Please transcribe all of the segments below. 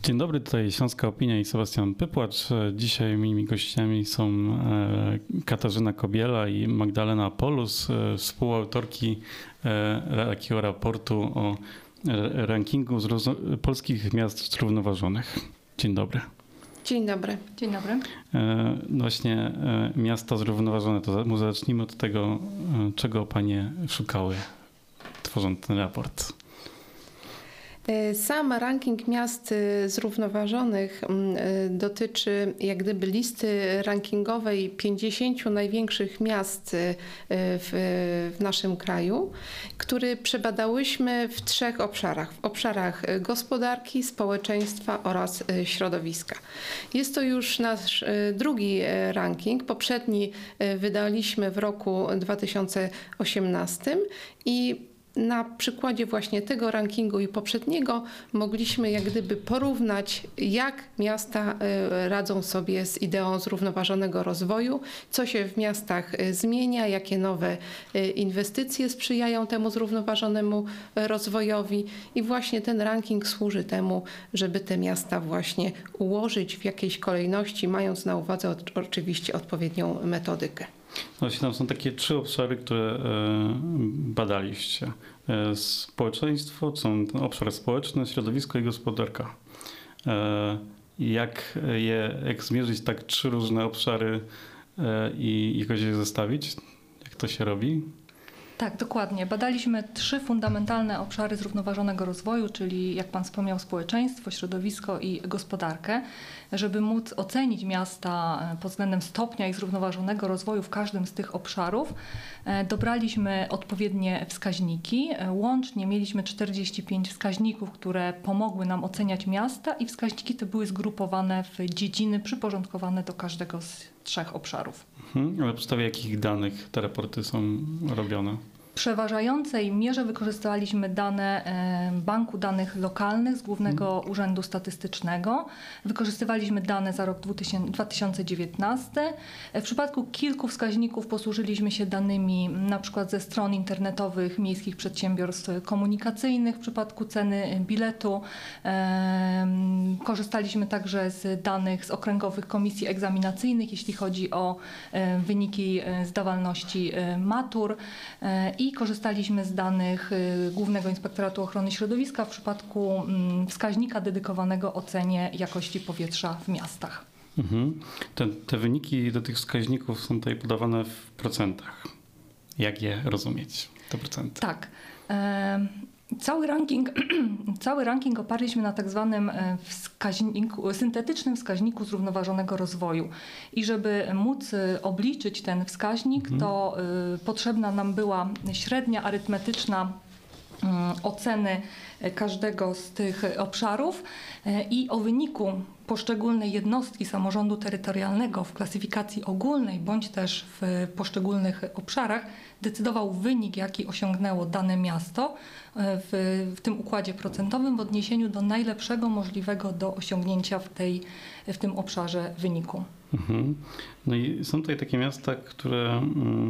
Dzień dobry, tutaj Śląska Opinia i Sebastian Pypłacz. Dzisiaj moimi gościami są Katarzyna Kobiela i Magdalena Polus, współautorki takiego raportu o rankingu polskich miast zrównoważonych. Dzień dobry. Dzień dobry. Dzień dobry. Właśnie miasta zrównoważone, to może zacznijmy od tego, czego panie szukały, tworząc ten raport. Sam ranking miast zrównoważonych dotyczy jak gdyby listy rankingowej 50 największych miast w naszym kraju, który przebadałyśmy w 3 obszarach. W obszarach gospodarki, społeczeństwa oraz środowiska. Jest to już nasz drugi ranking. Poprzedni wydaliśmy w roku 2018 i na przykładzie właśnie tego rankingu i poprzedniego mogliśmy jak gdyby porównać, jak miasta radzą sobie z ideą zrównoważonego rozwoju, co się w miastach zmienia, jakie nowe inwestycje sprzyjają temu zrównoważonemu rozwojowi i właśnie ten ranking służy temu, żeby te miasta właśnie ułożyć w jakiejś kolejności, mając na uwadze oczywiście odpowiednią metodykę. Właśnie tam są takie 3 obszary, które badaliście. Społeczeństwo, są ten obszar społeczny, środowisko i gospodarka. Jak zmierzyć tak 3 różne obszary i jakoś je zestawić? Jak to się robi? Tak, dokładnie. Badaliśmy 3 fundamentalne obszary zrównoważonego rozwoju, czyli jak Pan wspomniał, społeczeństwo, środowisko i gospodarkę. Żeby móc ocenić miasta pod względem stopnia ich zrównoważonego rozwoju w każdym z tych obszarów, dobraliśmy odpowiednie wskaźniki. Łącznie mieliśmy 45 wskaźników, które pomogły nam oceniać miasta i wskaźniki te były zgrupowane w dziedziny przyporządkowane do każdego z 3 obszarów. Ale na podstawie jakich danych te raporty są robione? W przeważającej mierze wykorzystywaliśmy dane Banku Danych Lokalnych z Głównego Urzędu Statystycznego. Wykorzystywaliśmy dane za rok 2019. W przypadku kilku wskaźników posłużyliśmy się danymi na przykład ze stron internetowych miejskich przedsiębiorstw komunikacyjnych w przypadku ceny biletu. Korzystaliśmy także z danych z okręgowych komisji egzaminacyjnych, jeśli chodzi o wyniki zdawalności matur. I korzystaliśmy z danych Głównego Inspektoratu Ochrony Środowiska w przypadku wskaźnika dedykowanego ocenie jakości powietrza w miastach. Te wyniki do tych wskaźników są tutaj podawane w procentach. Jak je rozumieć, te procenty? Tak. Cały ranking oparliśmy na tak zwanym syntetycznym wskaźniku zrównoważonego rozwoju. I żeby móc obliczyć ten wskaźnik, to potrzebna nam była średnia arytmetyczna oceny każdego z tych obszarów i o wyniku poszczególnej jednostki samorządu terytorialnego w klasyfikacji ogólnej bądź też w poszczególnych obszarach decydował wynik, jaki osiągnęło dane miasto w tym układzie procentowym w odniesieniu do najlepszego możliwego do osiągnięcia w tym obszarze wyniku. No i są tutaj takie miasta, które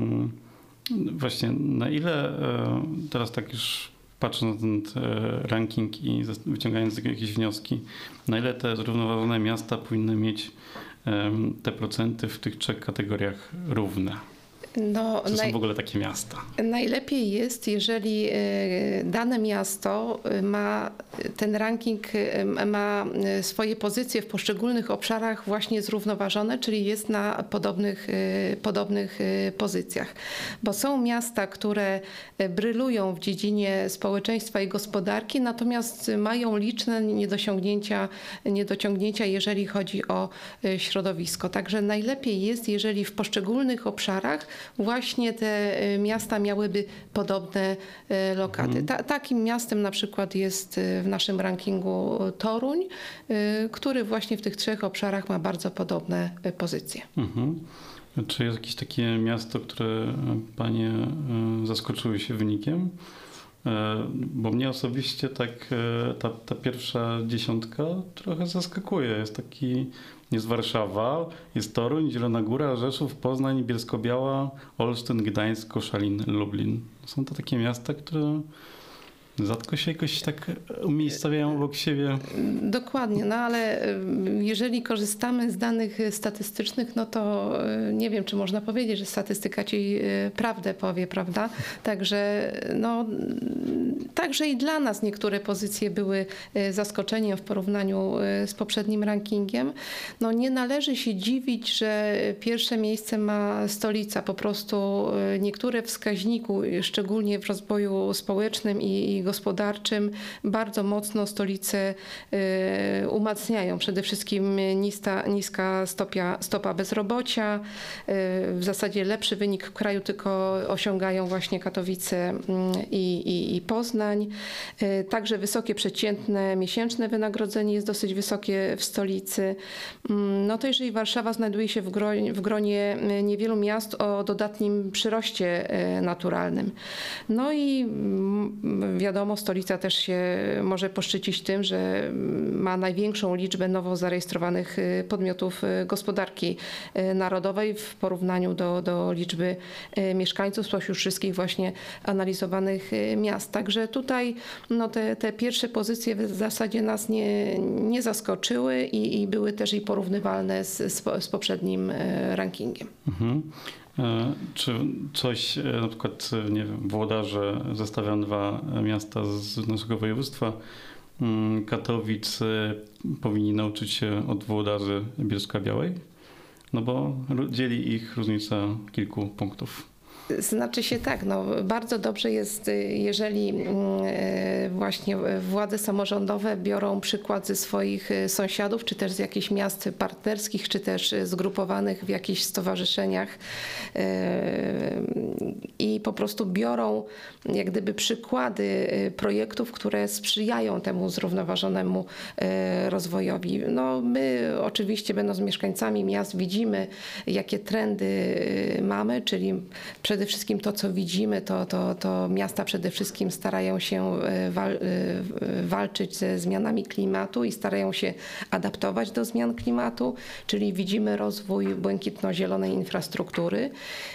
właśnie na ile teraz tak już patrząc na ten ranking i wyciągając z tego jakieś wnioski, na ile te zrównoważone miasta powinny mieć te procenty w tych 3 kategoriach równe? Czy są w ogóle takie miasta? Najlepiej jest, jeżeli dane miasto ma ten ranking, swoje pozycje w poszczególnych obszarach właśnie zrównoważone, czyli jest na podobnych pozycjach. Bo są miasta, które brylują w dziedzinie społeczeństwa i gospodarki, natomiast mają liczne niedociągnięcia, jeżeli chodzi o środowisko. Także najlepiej jest, jeżeli w poszczególnych obszarach właśnie te miasta miałyby podobne lokaty. Takim miastem na przykład jest w naszym rankingu Toruń, który właśnie w tych 3 obszarach ma bardzo podobne pozycje. Czy jest jakieś takie miasto, które panie zaskoczyły się wynikiem? Bo mnie osobiście tak ta pierwsza 10 trochę zaskakuje. Jest Warszawa, jest Toruń, Zielona Góra, Rzeszów, Poznań, Bielsko-Biała, Olsztyn, Gdańsk, Koszalin, Lublin. Są to takie miasta, które Rzadko się jakoś tak umiejscowiają obok siebie. Dokładnie, no ale jeżeli korzystamy z danych statystycznych, no to nie wiem, czy można powiedzieć, że statystyka ci prawdę powie, prawda? Także i dla nas niektóre pozycje były zaskoczeniem w porównaniu z poprzednim rankingiem. No nie należy się dziwić, że pierwsze miejsce ma stolica. Po prostu niektóre wskaźniki, szczególnie w rozwoju społecznym i gospodarczym, bardzo mocno stolice umacniają. Przede wszystkim niska stopa bezrobocia. W zasadzie lepszy wynik w kraju tylko osiągają właśnie Katowice i Poznań. Także wysokie przeciętne miesięczne wynagrodzenie jest dosyć wysokie w stolicy. No to jeżeli Warszawa znajduje się w gronie niewielu miast o dodatnim przyroście naturalnym. No i wiadomo, stolica też się może poszczycić tym, że ma największą liczbę nowo zarejestrowanych podmiotów gospodarki narodowej w porównaniu do liczby mieszkańców spośród wszystkich właśnie analizowanych miast. Także tutaj no, te pierwsze pozycje w zasadzie nas nie zaskoczyły i były też i porównywalne z poprzednim rankingiem. Mhm. Czy coś, na przykład, nie wiem, włodarze zestawiają dwa miasta z naszego województwa, Katowic, powinni nauczyć się od włodarzy Bielska-Białej? No bo dzieli ich różnica kilku punktów. Znaczy się tak, no bardzo dobrze jest, jeżeli właśnie władze samorządowe biorą przykład ze swoich sąsiadów, czy też z jakichś miast partnerskich, czy też zgrupowanych w jakichś stowarzyszeniach i po prostu biorą jak gdyby przykłady projektów, które sprzyjają temu zrównoważonemu rozwojowi. No my oczywiście, będąc mieszkańcami miast, widzimy, jakie trendy mamy, czyli przede wszystkim to, co widzimy, to miasta przede wszystkim starają się walczyć ze zmianami klimatu i starają się adaptować do zmian klimatu, czyli widzimy rozwój błękitno-zielonej infrastruktury.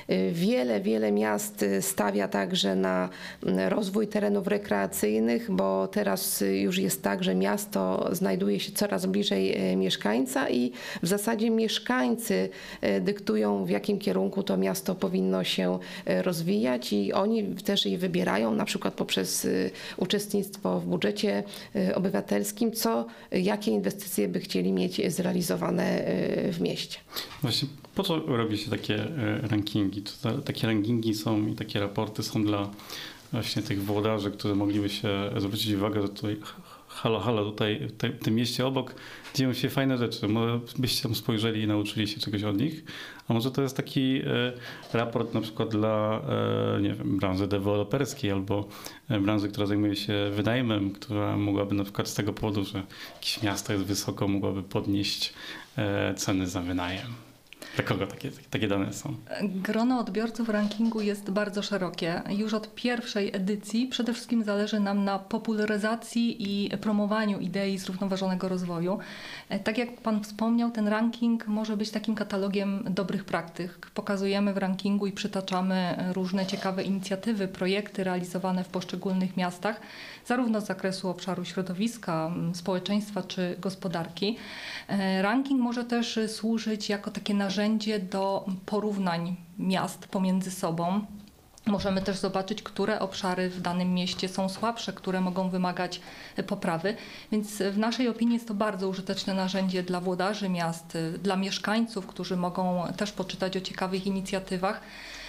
Wiele miast stawia także na rozwój terenów rekreacyjnych, bo teraz już jest tak, że miasto znajduje się coraz bliżej mieszkańca i w zasadzie mieszkańcy dyktują, w jakim kierunku to miasto powinno się rozwijać i oni też je wybierają, na przykład poprzez uczestnictwo w budżecie obywatelskim, jakie inwestycje by chcieli mieć zrealizowane w mieście. Właśnie po co robi się takie rankingi? Takie rankingi są i takie raporty są dla właśnie tych włodarzy, którzy mogliby się zwrócić uwagę, że tutaj halo, tutaj w tym mieście obok dzieją się fajne rzeczy. Może byście tam spojrzeli i nauczyli się czegoś od nich. A może to jest taki raport na przykład dla, nie wiem, branży deweloperskiej albo branży, która zajmuje się wynajmem, która mogłaby na przykład z tego powodu, że jakieś miasto jest wysoko, mogłaby podnieść ceny za wynajem. Dla kogo takie dane są? Grono odbiorców rankingu jest bardzo szerokie. Już od pierwszej edycji przede wszystkim zależy nam na popularyzacji i promowaniu idei zrównoważonego rozwoju. Tak jak Pan wspomniał, ten ranking może być takim katalogiem dobrych praktyk. Pokazujemy w rankingu i przytaczamy różne ciekawe inicjatywy, projekty realizowane w poszczególnych miastach, zarówno z zakresu obszaru środowiska, społeczeństwa czy gospodarki. Ranking może też służyć jako takie narzędzie do porównań miast pomiędzy sobą. Możemy też zobaczyć, które obszary w danym mieście są słabsze, które mogą wymagać poprawy. Więc w naszej opinii jest to bardzo użyteczne narzędzie dla włodarzy miast, dla mieszkańców, którzy mogą też poczytać o ciekawych inicjatywach.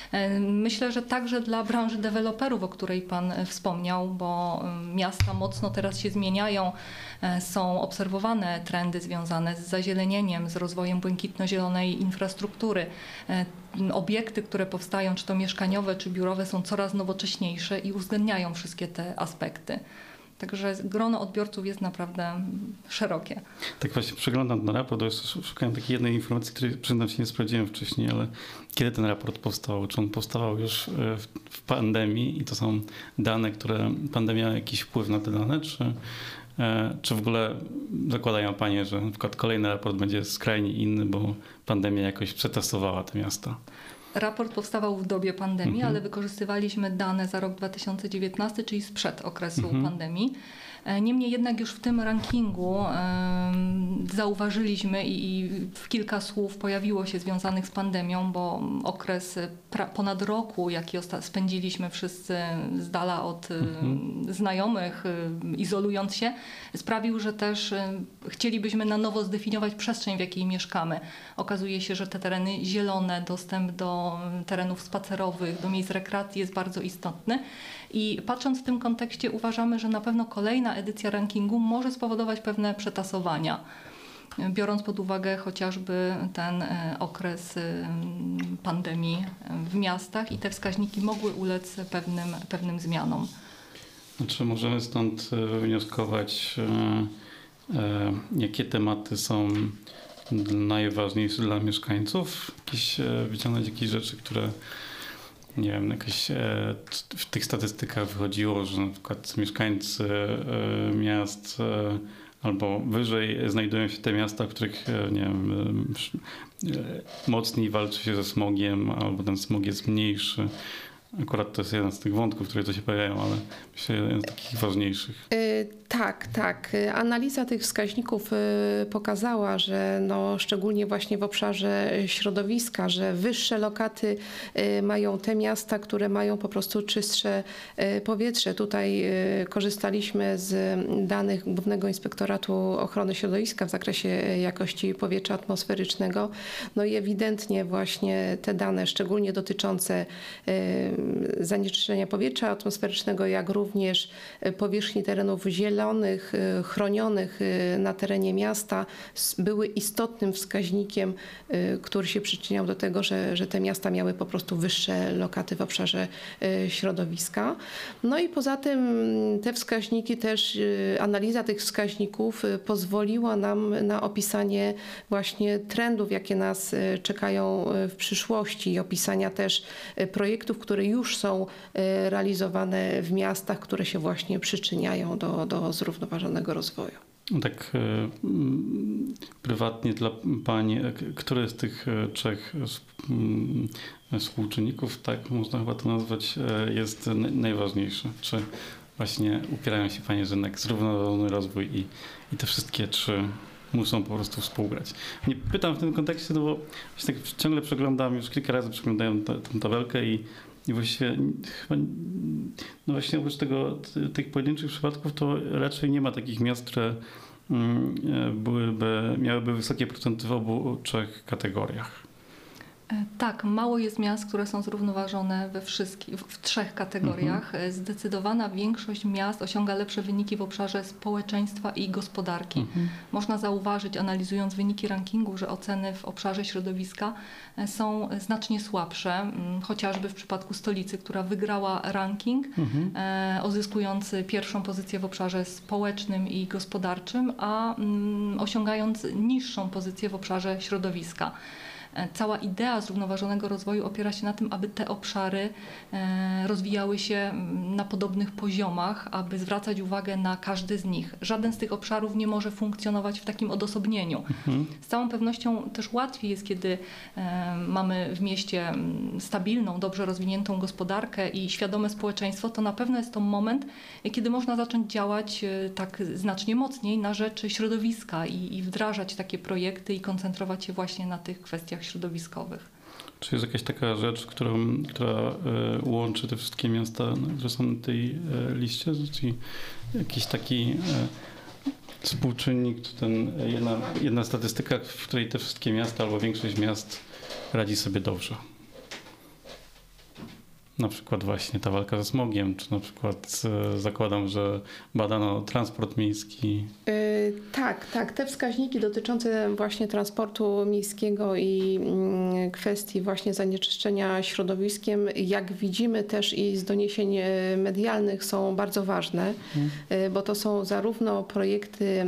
Myślę, że także dla branży deweloperów, o której Pan wspomniał, bo miasta mocno teraz się zmieniają, są obserwowane trendy związane z zazielenieniem, z rozwojem błękitno-zielonej infrastruktury. Obiekty, które powstają, czy to mieszkaniowe, czy biurowe, są coraz nowocześniejsze i uwzględniają wszystkie te aspekty. Także grono odbiorców jest naprawdę szerokie. Tak właśnie przeglądam ten raport, szukałem takiej jednej informacji, której przyznam się nie sprawdziłem wcześniej, ale kiedy ten raport powstał? Czy on powstawał już w pandemii i to są dane, które pandemia miała jakiś wpływ na te dane, czy w ogóle zakładają Panie, że na przykład kolejny raport będzie skrajnie inny, bo pandemia jakoś przetestowała te miasta? Raport powstawał w dobie pandemii, ale wykorzystywaliśmy dane za rok 2019, czyli sprzed okresu pandemii. Niemniej jednak już w tym rankingu zauważyliśmy i w kilka słów pojawiło się związanych z pandemią, bo okres ponad roku, jaki spędziliśmy wszyscy z dala od znajomych, izolując się, sprawił, że też chcielibyśmy na nowo zdefiniować przestrzeń, w jakiej mieszkamy. Okazuje się, że te tereny zielone, dostęp do terenów spacerowych, do miejsc rekreacji jest bardzo istotny. I patrząc w tym kontekście uważamy, że na pewno kolejna edycja rankingu może spowodować pewne przetasowania, biorąc pod uwagę chociażby ten okres pandemii w miastach i te wskaźniki mogły ulec pewnym zmianom. Znaczy możemy stąd wnioskować, jakie tematy są najważniejsze dla mieszkańców, wyciągnąć jakieś rzeczy, które nie wiem, jakoś w tych statystykach wychodziło, że na przykład mieszkańcy miast albo wyżej znajdują się te miasta, w których nie wiem, mocniej walczy się ze smogiem, albo ten smog jest mniejszy. Akurat to jest jeden z tych wątków, które tu się pojawiają, ale myślę, że jeden z takich ważniejszych. Tak. Analiza tych wskaźników pokazała, że szczególnie właśnie w obszarze środowiska, że wyższe lokaty mają te miasta, które mają po prostu czystsze powietrze. Tutaj korzystaliśmy z danych Głównego Inspektoratu Ochrony Środowiska w zakresie jakości powietrza atmosferycznego. I ewidentnie właśnie te dane, szczególnie dotyczące zanieczyszczenia powietrza atmosferycznego, jak również powierzchni terenów zielonych, chronionych na terenie miasta, były istotnym wskaźnikiem, który się przyczyniał do tego, że te miasta miały po prostu wyższe lokaty w obszarze środowiska. I poza tym te wskaźniki też, analiza tych wskaźników pozwoliła nam na opisanie właśnie trendów, jakie nas czekają w przyszłości i opisania też projektów, które już są realizowane w miastach, które się właśnie przyczyniają do zrównoważonego rozwoju. Tak prywatnie dla Pani, który z tych trzech współczynników, tak można chyba to nazwać, jest najważniejszy? Czy właśnie upierają się Panie, że jednak zrównoważony rozwój i te wszystkie trzy muszą po prostu współgrać? Nie pytam w tym kontekście, bo tak ciągle przeglądam, już kilka razy przeglądałem tę tabelkę i właściwie chyba, właśnie oprócz tych pojedynczych przypadków, to raczej nie ma takich miast, które miałyby wysokie procenty w obu trzech kategoriach. Tak, mało jest miast, które są zrównoważone w trzech kategoriach. Zdecydowana większość miast osiąga lepsze wyniki w obszarze społeczeństwa i gospodarki. Można zauważyć, analizując wyniki rankingu, że oceny w obszarze środowiska są znacznie słabsze, chociażby w przypadku stolicy, która wygrała ranking, uzyskując pierwszą pozycję w obszarze społecznym i gospodarczym, a osiągając niższą pozycję w obszarze środowiska. Cała idea zrównoważonego rozwoju opiera się na tym, aby te obszary rozwijały się na podobnych poziomach, aby zwracać uwagę na każdy z nich. Żaden z tych obszarów nie może funkcjonować w takim odosobnieniu. Z całą pewnością też łatwiej jest, kiedy mamy w mieście stabilną, dobrze rozwiniętą gospodarkę i świadome społeczeństwo, to na pewno jest to moment, kiedy można zacząć działać tak znacznie mocniej na rzecz środowiska i wdrażać takie projekty i koncentrować się właśnie na tych kwestiach środowiskowych. Czy jest jakaś taka rzecz, która łączy te wszystkie miasta, które są na tej liście? Czyli jakiś taki współczynnik, czy jedna statystyka, w której te wszystkie miasta albo większość miast radzi sobie dobrze? Na przykład właśnie ta walka ze smogiem, czy na przykład zakładam, że badano transport miejski. Tak. Te wskaźniki dotyczące właśnie transportu miejskiego i kwestii właśnie zanieczyszczenia środowiskiem, jak widzimy też i z doniesień medialnych, są bardzo ważne, bo to są zarówno projekty,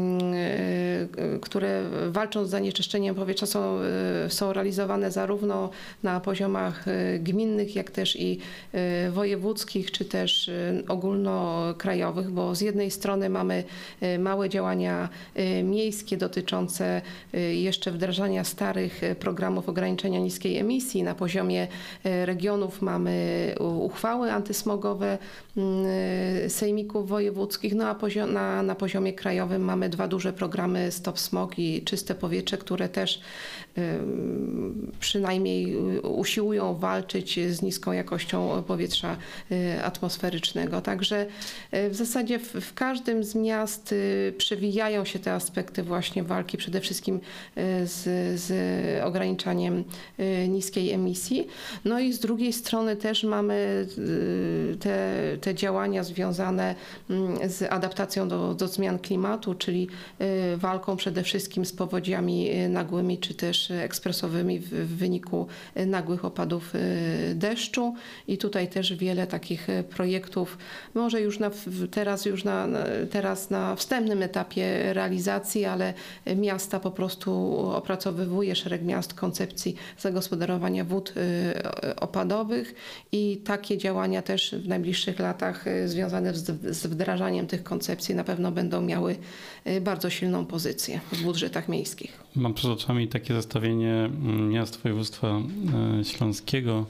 które walczą z zanieczyszczeniem powietrza, są realizowane zarówno na poziomach gminnych, jak też i wojewódzkich, czy też ogólnokrajowych, bo z jednej strony mamy małe działania miejskie dotyczące jeszcze wdrażania starych programów ograniczenia niskiej emisji. Na poziomie regionów mamy uchwały antysmogowe sejmików wojewódzkich, no a na poziomie krajowym mamy 2 duże programy Stop Smog i Czyste Powietrze, które też przynajmniej usiłują walczyć z niską jakością powietrza atmosferycznego. Także w zasadzie w każdym z miast przewijają się te aspekty właśnie walki przede wszystkim z ograniczaniem niskiej emisji. No i z drugiej strony też mamy te działania związane z adaptacją do zmian klimatu, czyli walką przede wszystkim z powodziami nagłymi czy też ekspresowymi w wyniku nagłych opadów deszczu. I tutaj też wiele takich projektów, może już teraz na wstępnym etapie realizacji, ale miasta po prostu opracowywuje, szereg miast, koncepcji zagospodarowania wód opadowych i takie działania też w najbliższych latach związane z wdrażaniem tych koncepcji na pewno będą miały bardzo silną pozycję w budżetach miejskich. Mam przed oczami takie zestawienie miast województwa śląskiego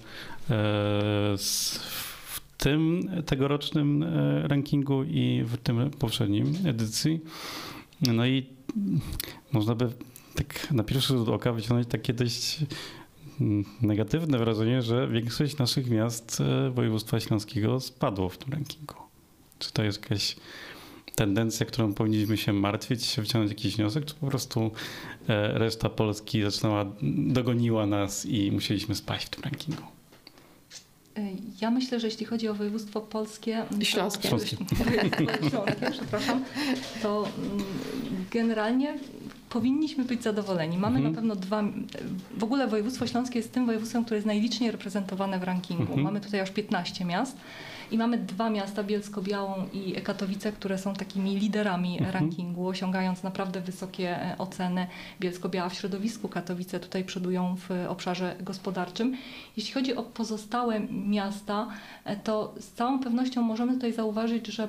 w tym tegorocznym rankingu i w tym poprzednim edycji. No i można by tak na pierwszy rzut oka wyciągnąć takie dość negatywne wrażenie, że większość naszych miast województwa śląskiego spadło w tym rankingu. Czy to jest jakaś tendencja, którą powinniśmy się martwić, wyciągnąć jakiś wniosek, czy po prostu reszta Polski dogoniła nas i musieliśmy spaść w tym rankingu? Ja myślę, że jeśli chodzi o województwo polskie, śląskie, przepraszam, to generalnie powinniśmy być zadowoleni. Mamy na pewno w ogóle województwo śląskie jest tym województwem, które jest najliczniej reprezentowane w rankingu. Mamy tutaj aż 15 miast i mamy 2 miasta, Bielsko-Białą i Katowice, które są takimi liderami rankingu, osiągając naprawdę wysokie oceny. Bielsko-Biała w środowisku, Katowice tutaj przodują w obszarze gospodarczym. Jeśli chodzi o pozostałe miasta, to z całą pewnością możemy tutaj zauważyć, że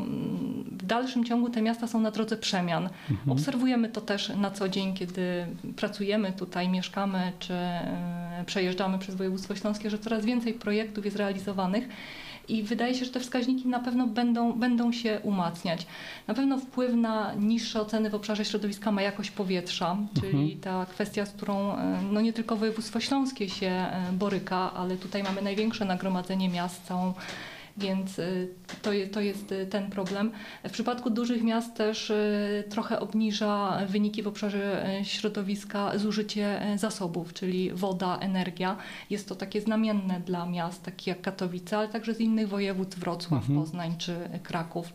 w dalszym ciągu te miasta są na drodze przemian. Obserwujemy to też na co dzień, kiedy pracujemy tutaj, mieszkamy czy przejeżdżamy przez województwo śląskie, że coraz więcej projektów jest realizowanych. I wydaje się, że te wskaźniki na pewno będą się umacniać. Na pewno wpływ na niższe oceny w obszarze środowiska ma jakość powietrza, czyli ta kwestia, z którą no nie tylko województwo śląskie się boryka, ale tutaj mamy największe nagromadzenie miast, więc to jest ten problem. W przypadku dużych miast też trochę obniża wyniki w obszarze środowiska zużycie zasobów, czyli woda, energia. Jest to takie znamienne dla miast takich jak Katowice, ale także z innych województw, Wrocław, Poznań czy Kraków.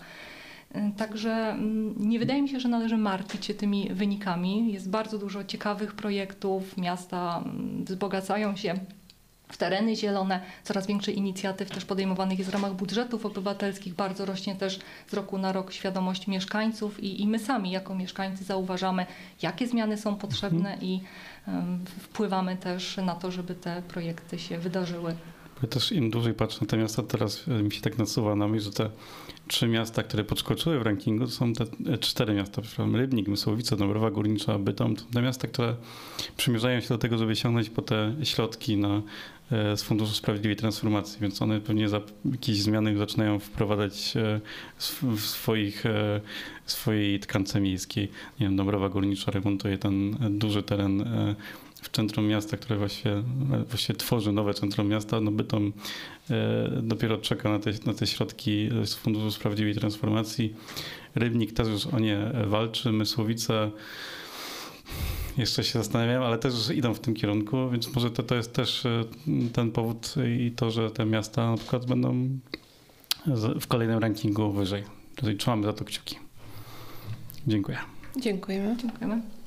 Także nie wydaje mi się, że należy martwić się tymi wynikami. Jest bardzo dużo ciekawych projektów, miasta wzbogacają się w tereny zielone, coraz więcej inicjatyw też podejmowanych jest w ramach budżetów obywatelskich. Bardzo rośnie też z roku na rok świadomość mieszkańców i my sami jako mieszkańcy zauważamy, jakie zmiany są potrzebne i wpływamy też na to, żeby te projekty się wydarzyły. Ja też im dłużej patrzę na te miasta, teraz mi się tak nasuwa na myśl, że te 3 miasta, które podskoczyły w rankingu, to są te 4 miasta, Rybnik, Mysłowice, Dąbrowa Górnicza, Bytom. To te miasta, które przymierzają się do tego, żeby sięgnąć po te środki z Funduszu Sprawiedliwej Transformacji, więc one pewnie jakieś zmiany zaczynają wprowadzać w swojej tkance miejskiej. Nie wiem, Dąbrowa Górnicza remontuje ten duży teren w centrum miasta, które właśnie tworzy nowe centrum miasta, no Bytom dopiero czeka na te środki z Funduszu Sprawiedliwej Transformacji. Rybnik też już o nie walczy, Mysłowice jeszcze się zastanawiam, ale też idą w tym kierunku, więc może to jest też ten powód i to, że te miasta na przykład będą w kolejnym rankingu wyżej. Trzymamy za to kciuki. Dziękuję. Dziękujemy. Dziękujemy.